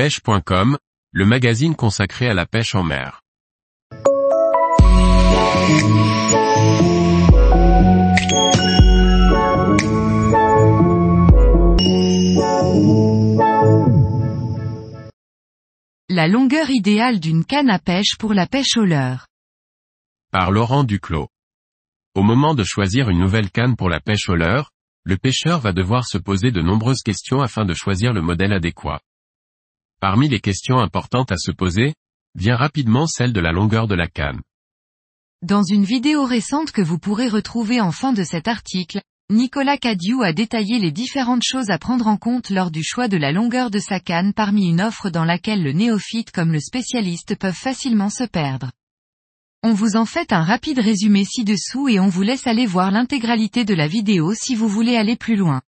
pêche.com, le magazine consacré à la pêche en mer. La longueur idéale d'une canne à pêche pour la pêche au leurre. Par Laurent Duclos. Au moment de choisir une nouvelle canne pour la pêche au leurre, le pêcheur va devoir se poser de nombreuses questions afin de choisir le modèle adéquat. Parmi les questions importantes à se poser, vient rapidement celle de la longueur de la canne. Dans une vidéo récente que vous pourrez retrouver en fin de cet article, Nicolas Cadieux a détaillé les différentes choses à prendre en compte lors du choix de la longueur de sa canne parmi une offre dans laquelle le néophyte comme le spécialiste peuvent facilement se perdre. On vous en fait un rapide résumé ci-dessous et on vous laisse aller voir l'intégralité de la vidéo si vous voulez aller plus loin.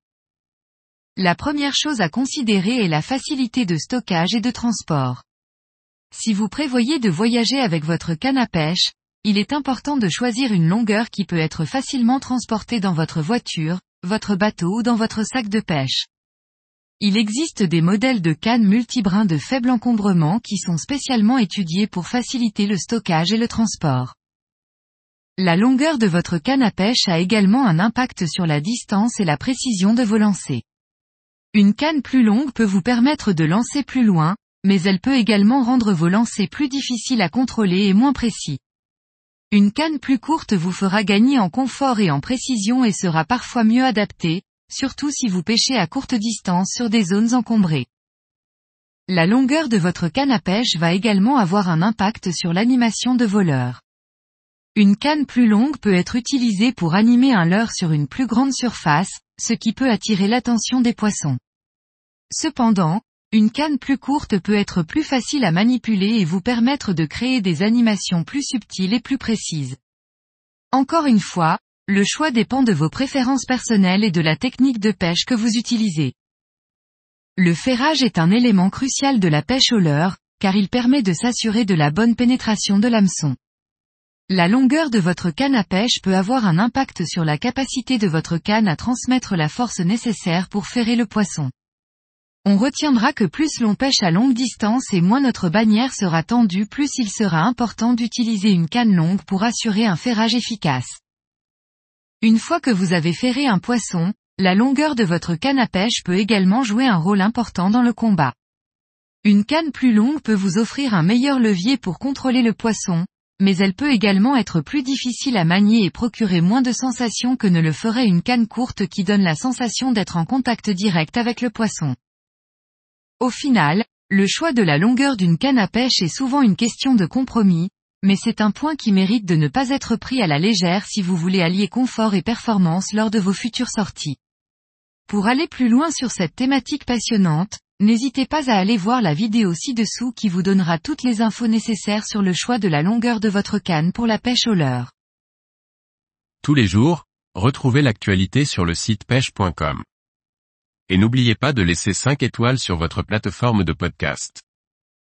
La première chose à considérer est la facilité de stockage et de transport. Si vous prévoyez de voyager avec votre canne à pêche, il est important de choisir une longueur qui peut être facilement transportée dans votre voiture, votre bateau ou dans votre sac de pêche. Il existe des modèles de cannes multibrins de faible encombrement qui sont spécialement étudiés pour faciliter le stockage et le transport. La longueur de votre canne à pêche a également un impact sur la distance et la précision de vos lancers. Une canne plus longue peut vous permettre de lancer plus loin, mais elle peut également rendre vos lancers plus difficiles à contrôler et moins précis. Une canne plus courte vous fera gagner en confort et en précision et sera parfois mieux adaptée, surtout si vous pêchez à courte distance sur des zones encombrées. La longueur de votre canne à pêche va également avoir un impact sur l'animation de vos leurres. Une canne plus longue peut être utilisée pour animer un leurre sur une plus grande surface, ce qui peut attirer l'attention des poissons. Cependant, une canne plus courte peut être plus facile à manipuler et vous permettre de créer des animations plus subtiles et plus précises. Encore une fois, le choix dépend de vos préférences personnelles et de la technique de pêche que vous utilisez. Le ferrage est un élément crucial de la pêche au leurre, car il permet de s'assurer de la bonne pénétration de l'hameçon. La longueur de votre canne à pêche peut avoir un impact sur la capacité de votre canne à transmettre la force nécessaire pour ferrer le poisson. On retiendra que plus l'on pêche à longue distance et moins notre bannière sera tendue, plus il sera important d'utiliser une canne longue pour assurer un ferrage efficace. Une fois que vous avez ferré un poisson, la longueur de votre canne à pêche peut également jouer un rôle important dans le combat. Une canne plus longue peut vous offrir un meilleur levier pour contrôler le poisson, mais elle peut également être plus difficile à manier et procurer moins de sensations que ne le ferait une canne courte qui donne la sensation d'être en contact direct avec le poisson. Au final, le choix de la longueur d'une canne à pêche est souvent une question de compromis, mais c'est un point qui mérite de ne pas être pris à la légère si vous voulez allier confort et performance lors de vos futures sorties. Pour aller plus loin sur cette thématique passionnante, n'hésitez pas à aller voir la vidéo ci-dessous qui vous donnera toutes les infos nécessaires sur le choix de la longueur de votre canne pour la pêche au leurre. Tous les jours, retrouvez l'actualité sur le site pêche.com. Et n'oubliez pas de laisser 5 étoiles sur votre plateforme de podcast.